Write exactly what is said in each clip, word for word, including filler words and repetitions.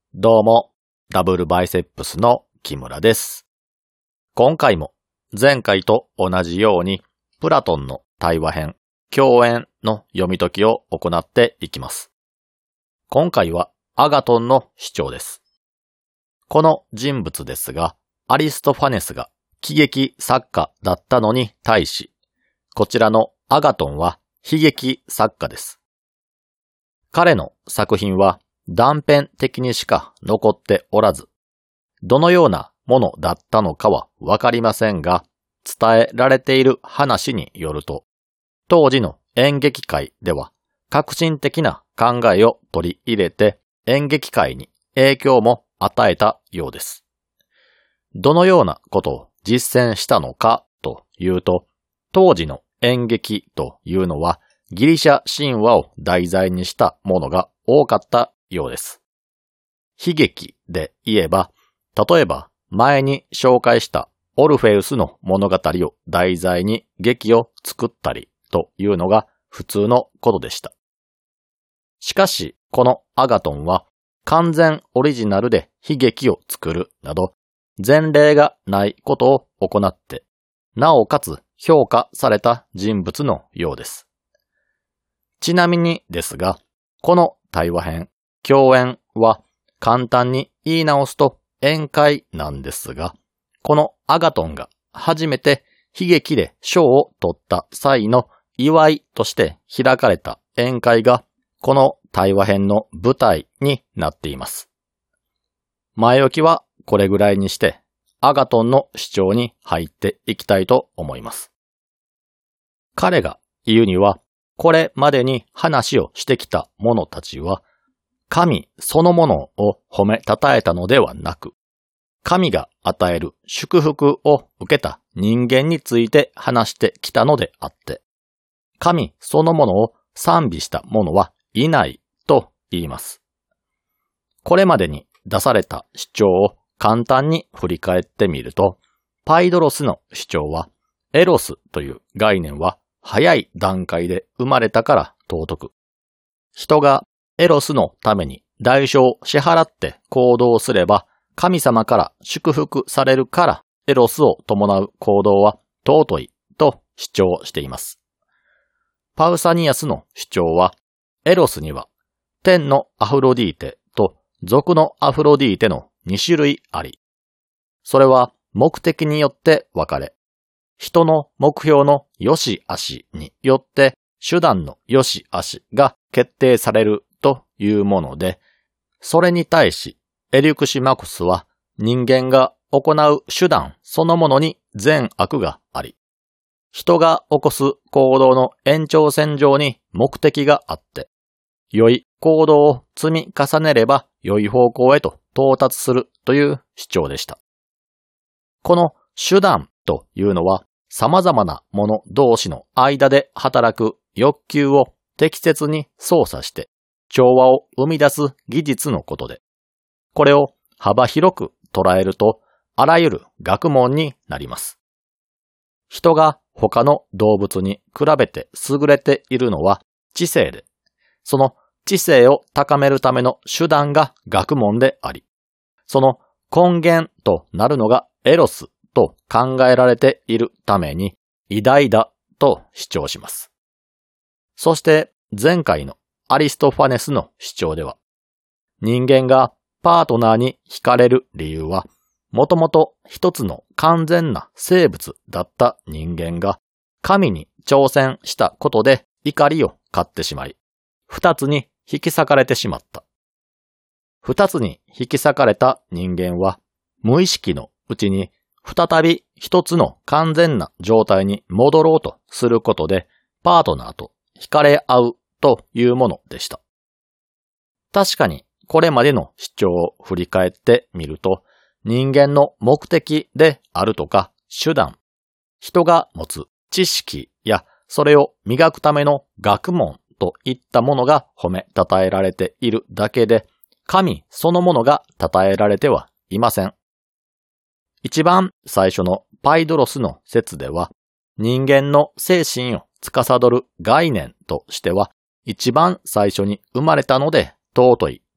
どうも、ダブルバイセップスの木村です。今回も前回と同じようにプラトンの対話編、共演の読み解きを行っていきます。今回はアガトンの主張です。この人物ですが、アリストファネスが喜劇作家だったのに対し、こちらのアガトンは悲劇作家です。彼の作品は断片的にしか残っておらず、どのようなものだったのかはわかりませんが、伝えられている話によると、当時の演劇界では革新的な考えを取り入れて演劇界に影響も与えたようです。どのようなことを実践したのかというと、当時の演劇というのはギリシャ神話を題材にしたものが多かったようです。悲劇で言えば、例えば前に紹介したオルフェウスの物語を題材に劇を作ったりというのが普通のことでした。しかし、このアガトンは完全オリジナルで悲劇を作るなど前例がないことを行って、なおかつ評価された人物のようです。ちなみにですが、この対話編、共演は簡単に言い直すと宴会なんですが、このアガトンが初めて悲劇で賞を取った際の祝いとして開かれた宴会がこの対話編の舞台になっています。前置きはこれぐらいにしてアガトンの主張に入っていきたいと思います。彼が言うには、これまでに話をしてきた者たちは神そのものを褒めたたえたのではなく、神が与える祝福を受けた人間について話してきたのであって、神そのものを賛美した者はいないと言います。これまでに出された主張を簡単に振り返ってみると、パイドロスの主張は、エロスという概念は早い段階で生まれたから尊く、人がエロスのために代償を支払って行動すれば神様から祝福されるからエロスを伴う行動は尊いと主張しています。パウサニアスの主張はエロスには天のアフロディーテと俗のアフロディーテのに種類あり、それは目的によって分かれ、人の目標の良し悪しによって手段の良し悪しが決定されるというもので、それに対しエリュクシマクスは人間が行う手段そのものに善悪があり、人が起こす行動の延長線上に目的があって、良い行動を積み重ねれば良い方向へと到達するという主張でした。この手段というのは様々なもの同士の間で働く欲求を適切に操作して調和を生み出す技術のことで、これを幅広く捉えるとあらゆる学問になります。人が他の動物に比べて優れているのは知性で、その知性を高めるための手段が学問であり、その根源となるのがエロスと考えられているために偉大だと主張します。そして前回のアリストファネスの主張では、人間がパートナーに惹かれる理由は、もともと一つの完全な生物だった人間が神に挑戦したことで怒りを買ってしまい、二つに引き裂かれてしまった。二つに引き裂かれた人間は、無意識のうちに再び一つの完全な状態に戻ろうとすることで、パートナーと惹かれ合うというものでした。確かにこれまでの主張を振り返ってみると、人間の目的であるとか手段、人が持つ知識やそれを磨くための学問といったものが褒めたたえられているだけで、神そのものがたたえられてはいません。一番最初のパイドロスの説では、人間の精神を司る概念としては、一番最初に生まれたので尊いと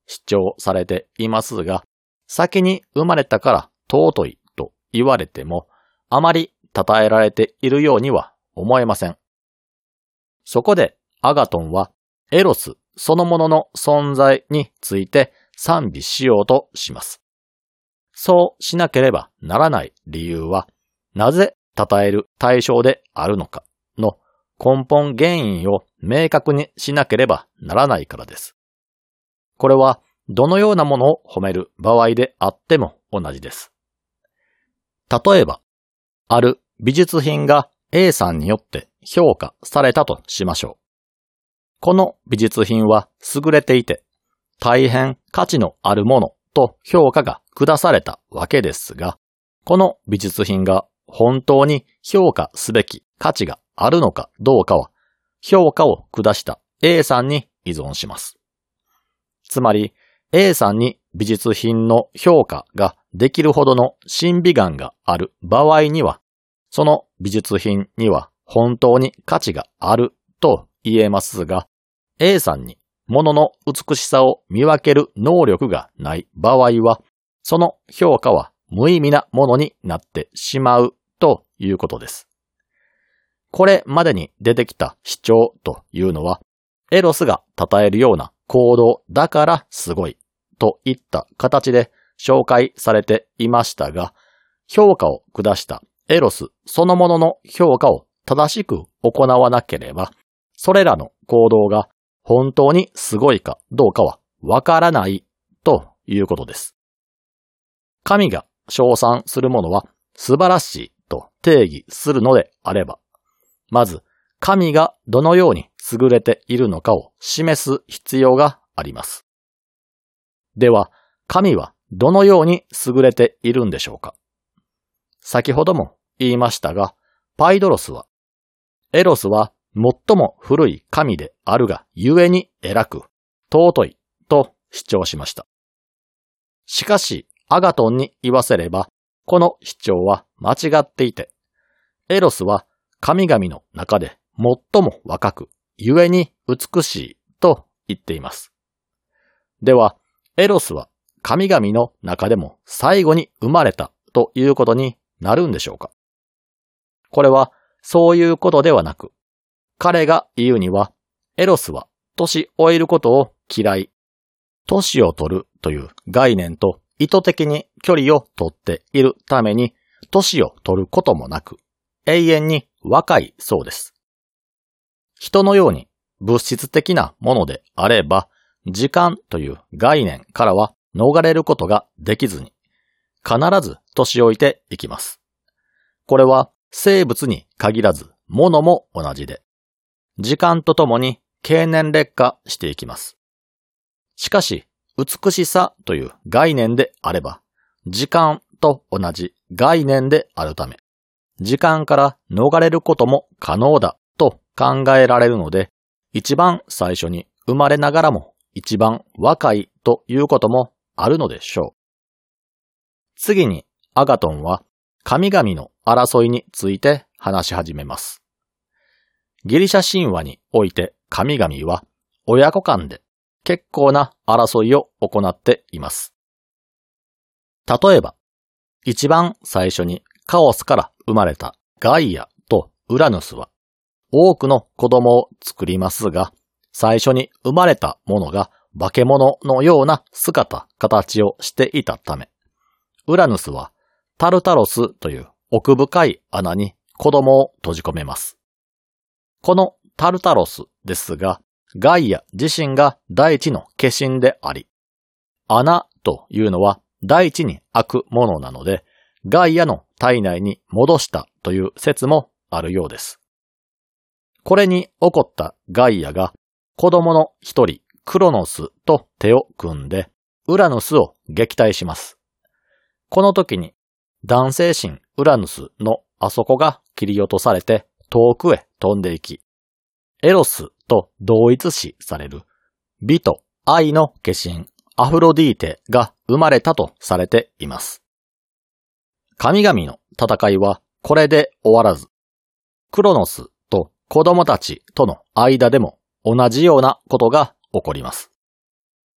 主張されていますが、先に生まれたから尊いと言われても、あまり称えられているようには思えません。そこでアガトンはエロスそのものの存在について賛美しようとします。そうしなければならない理由は、なぜ称える対象であるのかの根本原因を明確にしなければならないからです。これはどのようなものを褒める場合であっても同じです。例えば、ある美術品が A さんによって評価されたとしましょう。この美術品は優れていて、大変価値のあるものと評価が下されたわけですが、この美術品が本当に評価すべき価値があるのかどうかは、評価を下した A さんに依存します。つまり、A さんに美術品の評価ができるほどの審美眼がある場合には、その美術品には本当に価値があると言えますが、A さんに物の美しさを見分ける能力がない場合は、その評価は無意味なものになってしまうということです。これまでに出てきた主張というのは、エロスが称えるような行動だからすごいといった形で紹介されていましたが、評価を下したエロスそのものの評価を正しく行わなければ、それらの行動が本当にすごいかどうかはわからないということです。神が称賛するものは素晴らしいと定義するのであれば、まず神がどのように優れているのかを示す必要があります。では、神はどのように優れているんでしょうか。先ほども言いましたが、パイドロスは、エロスは最も古い神であるがゆえに偉く、尊いと主張しました。しかし、アガトンに言わせれば、この主張は間違っていて、エロスは神々の中で最も若く、ゆえに美しいと言っています。では、エロスは神々の中でも最後に生まれたということになるんでしょうか。これはそういうことではなく、彼が言うには、エロスは年老いることを嫌い、年を取るという概念と意図的に距離を取っているために、年を取ることもなく、永遠に若いそうです。人のように物質的なものであれば、時間という概念からは逃れることができずに、必ず年老いていきます。これは生物に限らず、物も同じで、時間とともに経年劣化していきます。しかし、美しさという概念であれば、時間と同じ概念であるため、時間から逃れることも可能だと考えられるので、一番最初に生まれながらも一番若いということもあるのでしょう。次にアガトンは神々の争いについて話し始めます。ギリシャ神話において神々は親子間で結構な争いを行っています。例えば、一番最初にカオスから生まれたガイアとウラヌスは多くの子供を作りますが、最初に生まれたものが化け物のような姿、形をしていたため、ウラヌスはタルタロスという奥深い穴に子供を閉じ込めます。このタルタロスですが、ガイア自身が大地の化身であり、穴というのは大地に開くものなので、ガイアの体内に戻したという説もあるようです。これに怒ったガイアが子供の一人クロノスと手を組んでウラヌスを撃退します。この時に男性神ウラヌスのあそこが切り落とされて遠くへ飛んでいき、エロスと同一視される美と愛の化身アフロディーテが生まれたとされています。神々の戦いはこれで終わらず、クロノスと子供たちとの間でも同じようなことが起こります。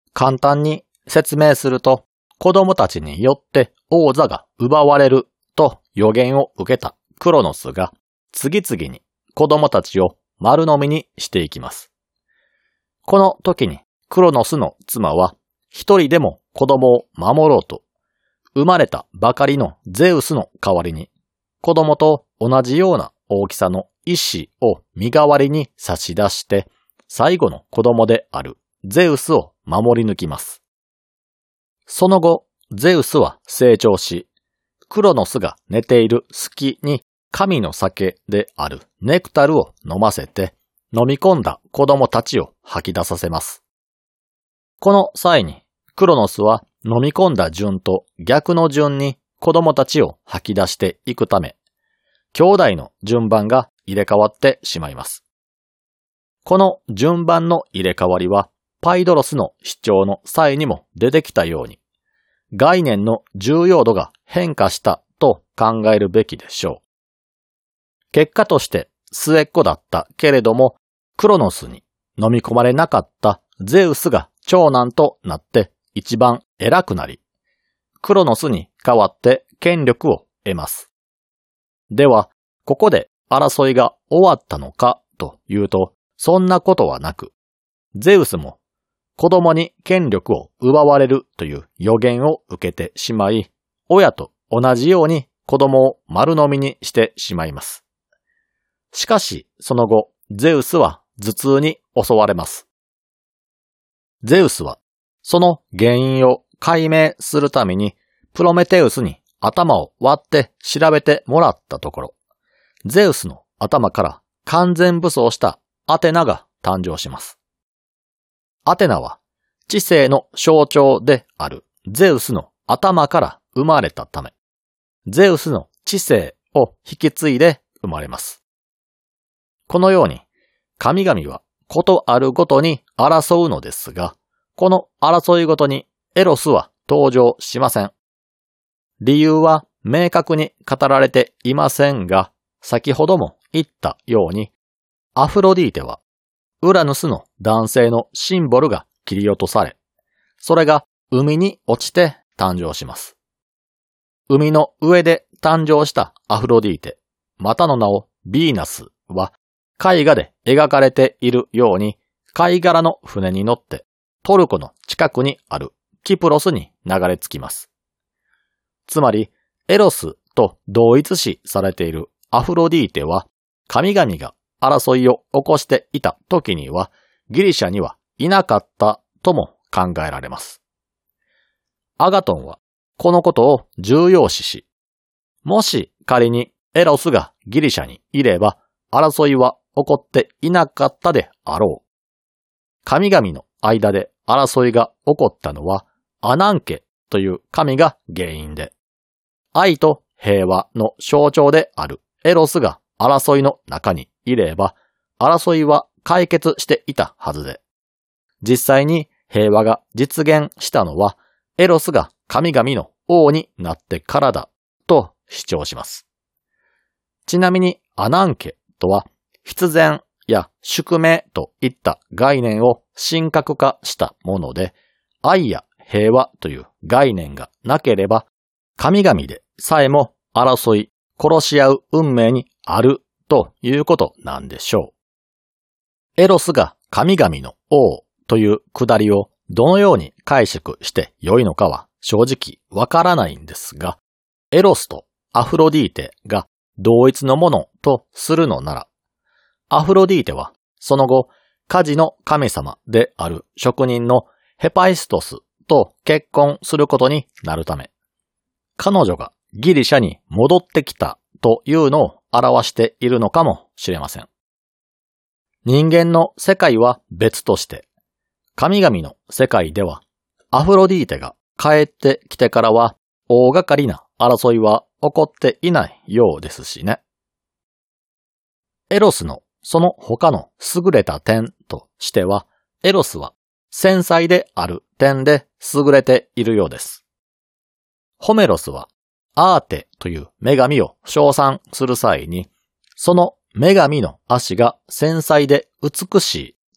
簡単に説明すると、子供たちによって王座が奪われると予言を受けたクロノスが次々に子供たちを丸飲みにしていきます。この時にクロノスの妻は一人でも子供を守ろうと、生まれたばかりのゼウスの代わりに子供と同じような大きさの石を身代わりに差し出して最後の子供であるゼウスを守り抜きます。その後、ゼウスは成長し、クロノスが寝ている隙に神の酒であるネクタルを飲ませて飲み込んだ子供たちを吐き出させます。この際にクロノスは飲み込んだ順と逆の順に子供たちを吐き出していくため、兄弟の順番が入れ替わってしまいます。この順番の入れ替わりはパイドロスの主張の際にも出てきたように、概念の重要度が変化したと考えるべきでしょう。結果として末っ子だったけれども、クロノスに飲み込まれなかったゼウスが長男となって一番偉くなり、クロノスに代わって権力を得ます。では、ここで争いが終わったのかというと、そんなことはなく、ゼウスも子供に権力を奪われるという予言を受けてしまい、親と同じように子供を丸飲みにしてしまいます。しかし、その後、ゼウスは頭痛に襲われます。ゼウスは、その原因を解明するために、プロメテウスに頭を割って調べてもらったところ、ゼウスの頭から完全武装したアテナが誕生します。アテナは知性の象徴であるゼウスの頭から生まれたため、ゼウスの知性を引き継いで生まれます。このように神々はことあるごとに争うのですが、この争いごとにエロスは登場しません。理由は明確に語られていませんが、先ほども言ったように、アフロディーテはウラヌスの男性のシンボルが切り落とされ、それが海に落ちて誕生します。海の上で誕生したアフロディーテ、またの名をヴィーナスは絵画で描かれているように貝殻の船に乗ってトルコの近くにあるキプロスに流れ着きます。つまりエロスと同一視されているアフロディーテは神々が争いを起こしていた時にはギリシャにはいなかったとも考えられます。アガトンはこのことを重要視し、もし仮にエロスがギリシャにいれば争いは起こっていなかったであろう。神々の間で争いが起こったのはアナンケという神が原因で、愛と平和の象徴であるエロスが争いの中にいれば、争いは解決していたはずで、実際に平和が実現したのは、エロスが神々の王になってからだと主張します。ちなみにアナンケとは、必然や宿命といった概念を神格化したもので、愛や平和という概念がなければ、神々でさえも争い、殺し合う運命にあるということなんでしょう。エロスが神々の王というくだりをどのように解釈して良いのかは正直わからないんですが、エロスとアフロディーテが同一のものとするのなら、アフロディーテはその後、家事の神様である職人のヘパイストスと結婚することになるため、彼女がギリシャに戻ってきたというのを表しているのかもしれません。人間の世界は別として、神々の世界ではアフロディーテが帰ってきてからは大掛かりな争いは起こっていないようですしね。エロスのその他の優れた点としては、エロスは繊細である点で優れているようです。ホメロスはアーテという女神を称賛する際に、その女神の足が繊細で美しいと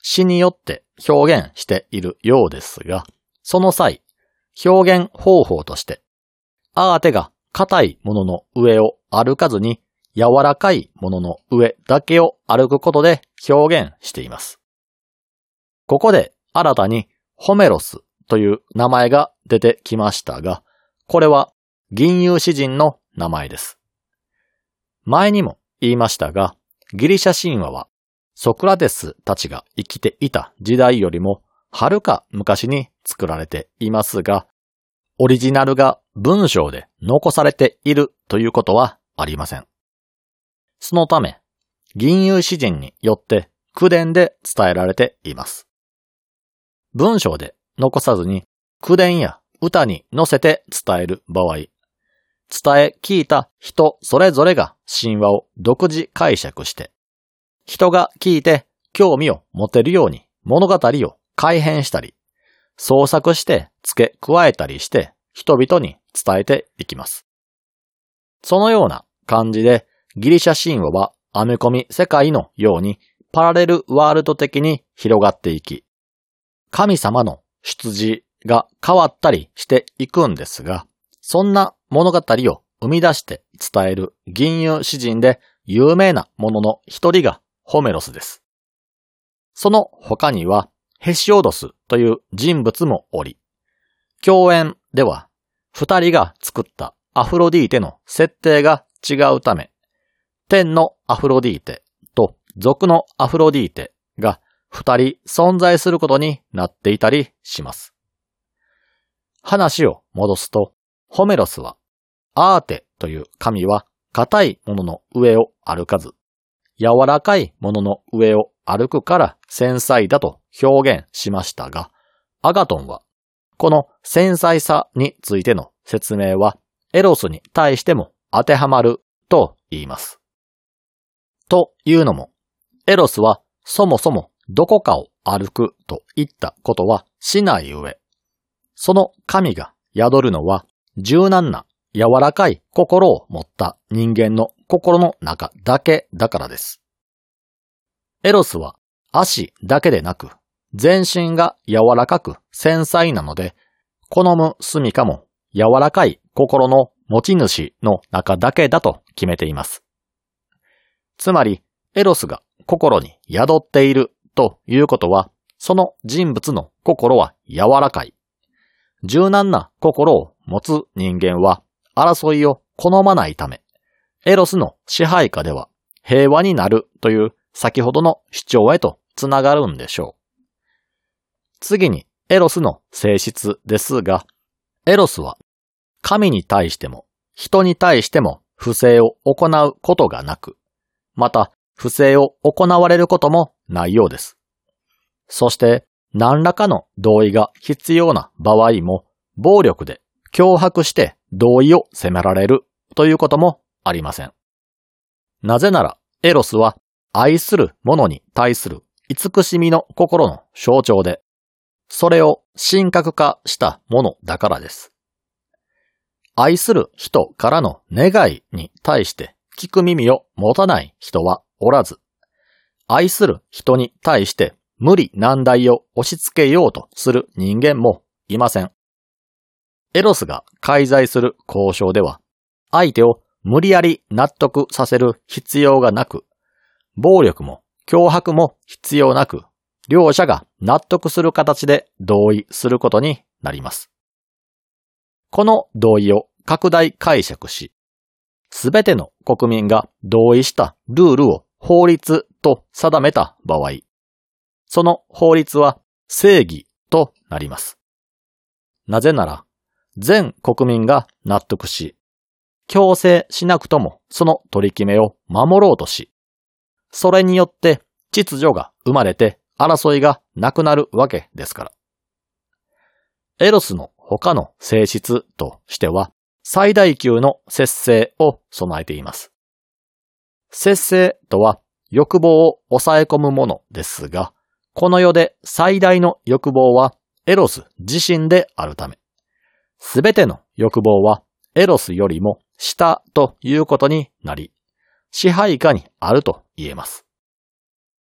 詩によって表現しているようですが、その際、表現方法として、アーテが硬いものの上を歩かずに柔らかいものの上だけを歩くことで表現しています。ここで新たにホメロスという名前が出てきましたが、これは吟遊詩人の名前です。前にも言いましたが、ギリシャ神話はソクラテスたちが生きていた時代よりもはるか昔に作られていますが、オリジナルが文章で残されているということはありません。そのため、吟遊詩人によって口伝で伝えられています。文章で残さずに口伝や歌に乗せて伝える場合、伝え聞いた人それぞれが神話を独自解釈して、人が聞いて興味を持てるように物語を改変したり、創作して付け加えたりして人々に伝えていきます。そのような感じでギリシャ神話はアメコミ世界のようにパラレルワールド的に広がっていき、神様の出自が変わったりしていくんですが、そんな物語を生み出して伝える吟遊詩人で有名なものの一人がホメロスです。その他にはヘシオドスという人物もおり、共演では二人が作ったアフロディーテの設定が違うため、天のアフロディーテと俗のアフロディーテが二人存在することになっていたりします。話を戻すと、ホメロスはアーテという神は硬いものの上を歩かず、柔らかいものの上を歩くから繊細だと表現しましたが、アガトンはこの繊細さについての説明はエロスに対しても当てはまると言います。というのも、エロスはそもそもどこかを歩くといったことはしない上、その神が宿るのは柔軟な柔らかい心を持った人間の心の中だけだからです。エロスは足だけでなく全身が柔らかく繊細なので、好む住処も柔らかい心の持ち主の中だけだと決めています。つまりエロスが心に宿っているということは、その人物の心は柔らかい。柔軟な心を持つ人間は争いを好まないため、エロスの支配下では平和になるという先ほどの主張へとつながるんでしょう。次にエロスの性質ですが、エロスは神に対しても人に対しても不正を行うことがなく、また不正を行われることもないようです。そして何らかの同意が必要な場合も暴力で脅迫して同意を責められるということもありません。なぜならエロスは愛する者に対する慈しみの心の象徴で、それを神格化したものだからです。愛する人からの願いに対して聞く耳を持たない人はおらず、愛する人に対して無理難題を押し付けようとする人間もいません。エロスが介在する交渉では、相手を無理やり納得させる必要がなく、暴力も脅迫も必要なく、両者が納得する形で同意することになります。この同意を拡大解釈し、すべての国民が同意したルールを法律と定めた場合、その法律は正義となります。なぜなら、全国民が納得し、強制しなくともその取り決めを守ろうとし、それによって秩序が生まれて争いがなくなるわけですから。エロスの他の性質としては、最大級の節制を備えています。節制とは欲望を抑え込むものですが、この世で最大の欲望はエロス自身であるため、すべての欲望はエロスよりも下ということになり、支配下にあると言えます。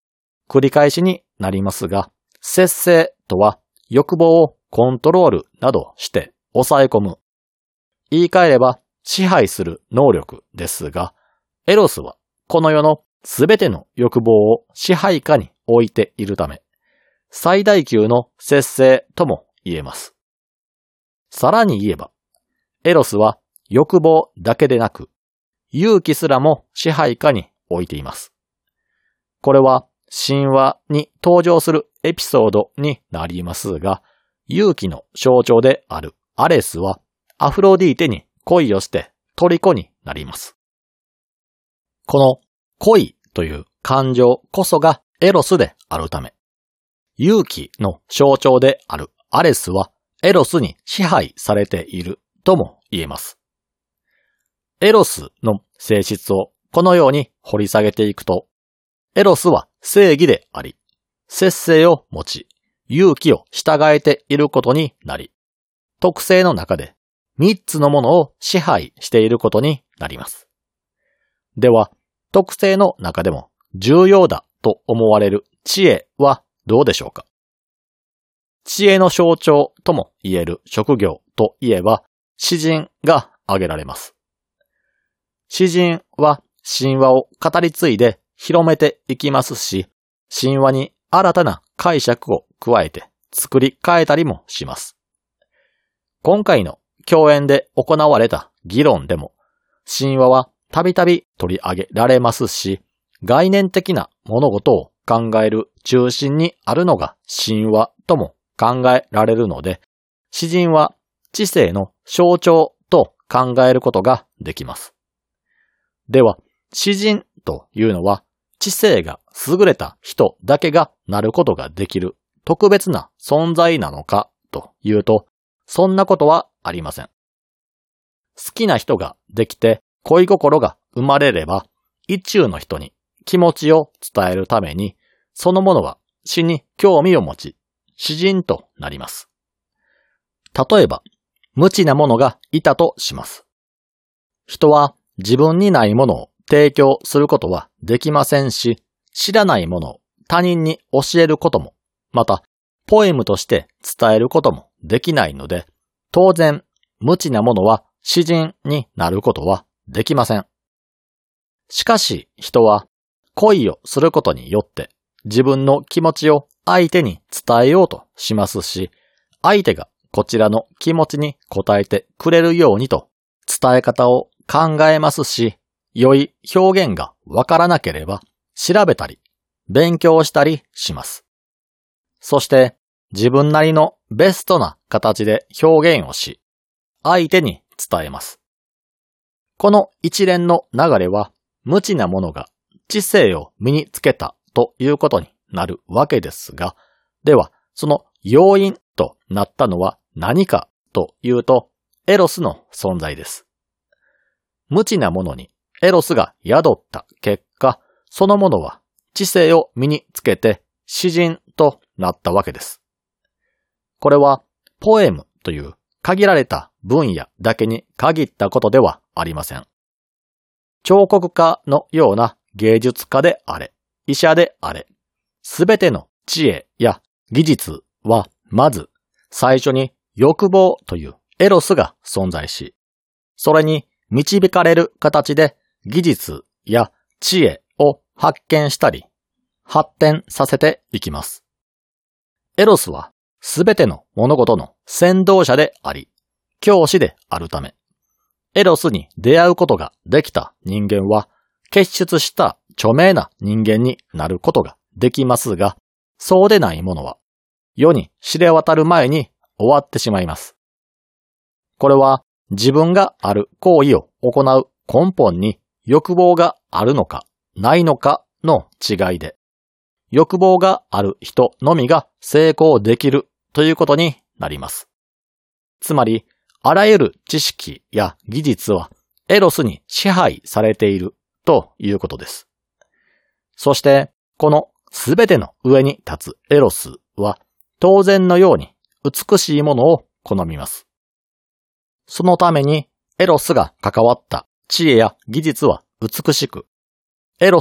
繰り返しになりますが、節制とは欲望をコントロールなどして抑え込む。言い換えれば支配する能力ですが、エロスはこの世のすべての欲望を支配下に置いているため、最大級の節制とも言えます。さらに言えば、エロスは欲望だけでなく、勇気すらも支配下に置いています。これは神話に登場するエピソードになりますが、勇気の象徴であるアレスはアフロディーテに恋をして虜になります。この恋という感情こそがエロスであるため、勇気の象徴であるアレスはエロスに支配されているとも言えます。エロスの性質をこのように掘り下げていくと、エロスは正義であり、節制を持ち、勇気を従えていることになり、特性の中で三つのものを支配していることになります。では、特性の中でも重要だと思われる知恵はどうでしょうか？知恵の象徴とも言える職業といえば、詩人が挙げられます。詩人は神話を語り継いで広めていきますし、神話に新たな解釈を加えて作り変えたりもします。今回の教演で行われた議論でも、神話はたびたび取り上げられますし、概念的な物事を考える中心にあるのが神話とも考えられるので、詩人は知性の象徴と考えることができます。では、詩人というのは知性が優れた人だけがなることができる特別な存在なのかというと、そんなことはありません。好きな人ができて恋心が生まれれば、意中の人に気持ちを伝えるために、そのものは詩に興味を持ち、詩人となります。例えば、無知な者がいたとします。人は自分にないものを提供することはできませんし、知らないものを他人に教えることも、また、ポエムとして伝えることもできないので、当然、無知な者は詩人になることはできません。しかし、人は恋をすることによって自分の気持ちを相手に伝えようとしますし、相手がこちらの気持ちに応えてくれるようにと伝え方を考えますし、良い表現がわからなければ調べたり勉強したりします。そして自分なりのベストな形で表現をし、相手に伝えます。この一連の流れは無知な者が知性を身につけたということになるわけですが、ではその要因となったのは何かというと、エロスの存在です。無知な者にエロスが宿った結果、その者は知性を身につけて詩人となったわけです。これはポエムという限られた分野だけに限ったことではありません。彫刻家のような芸術家であれ、医者であれ、すべての知恵や技術はまず最初に欲望というエロスが存在し、それに導かれる形で技術や知恵を発見したり、発展させていきます。エロスはすべての物事の先導者であり、教師であるため、エロスに出会うことができた人間は傑出した著名な人間になることができますが、そうでないものは世に知れ渡る前に終わってしまいます。これは自分がある行為を行う根本に欲望があるのかないのかの違いで、欲望がある人のみが成功できるということになります。つまり、あらゆる知識や技術はエロスに支配されているということです。そして、このすべての上に立つエロスは当然のように美しいものを好みます。そのためにエロスが関わった知恵や技術は美しく、エロスが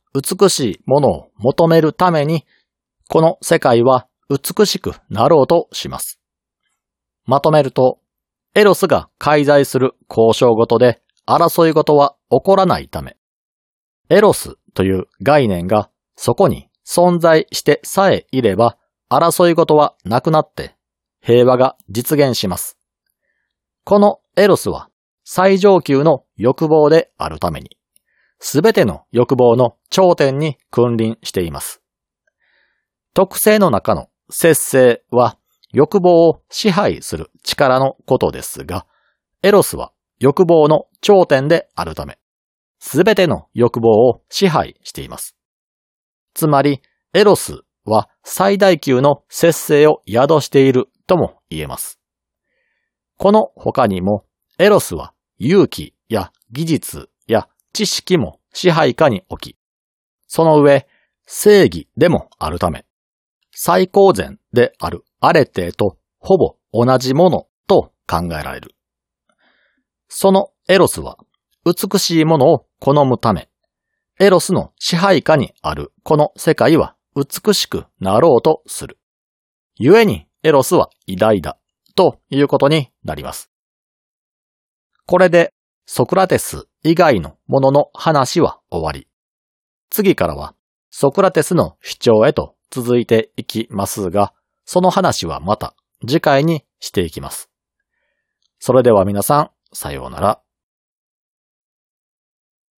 美しいものを求めるために、この世界は美しくなろうとします。まとめると、エロスが介在する交渉ごとで争いごとは起こらないため、エロスという概念がそこに存在してさえいれば争いごとはなくなって平和が実現します。このエロスは最上級の欲望であるために、すべての欲望の頂点に君臨しています。特性の中の節制は欲望を支配する力のことですが、エロスは欲望の頂点であるため、すべての欲望を支配しています。つまり、エロスは最大級の節制を宿しているとも言えます。この他にも、エロスは勇気や技術や知識も支配下に置き、その上、正義でもあるため、最高善であるアレテとほぼ同じものと考えられる。そのエロスは美しいものを好むため、エロスの支配下にあるこの世界は美しくなろうとする。故にエロスは偉大だということになります。これでソクラテス以外のものの話は終わり。次からはソクラテスの主張へと続いていきますが、その話はまた次回にしていきます。それでは皆さん、さようなら。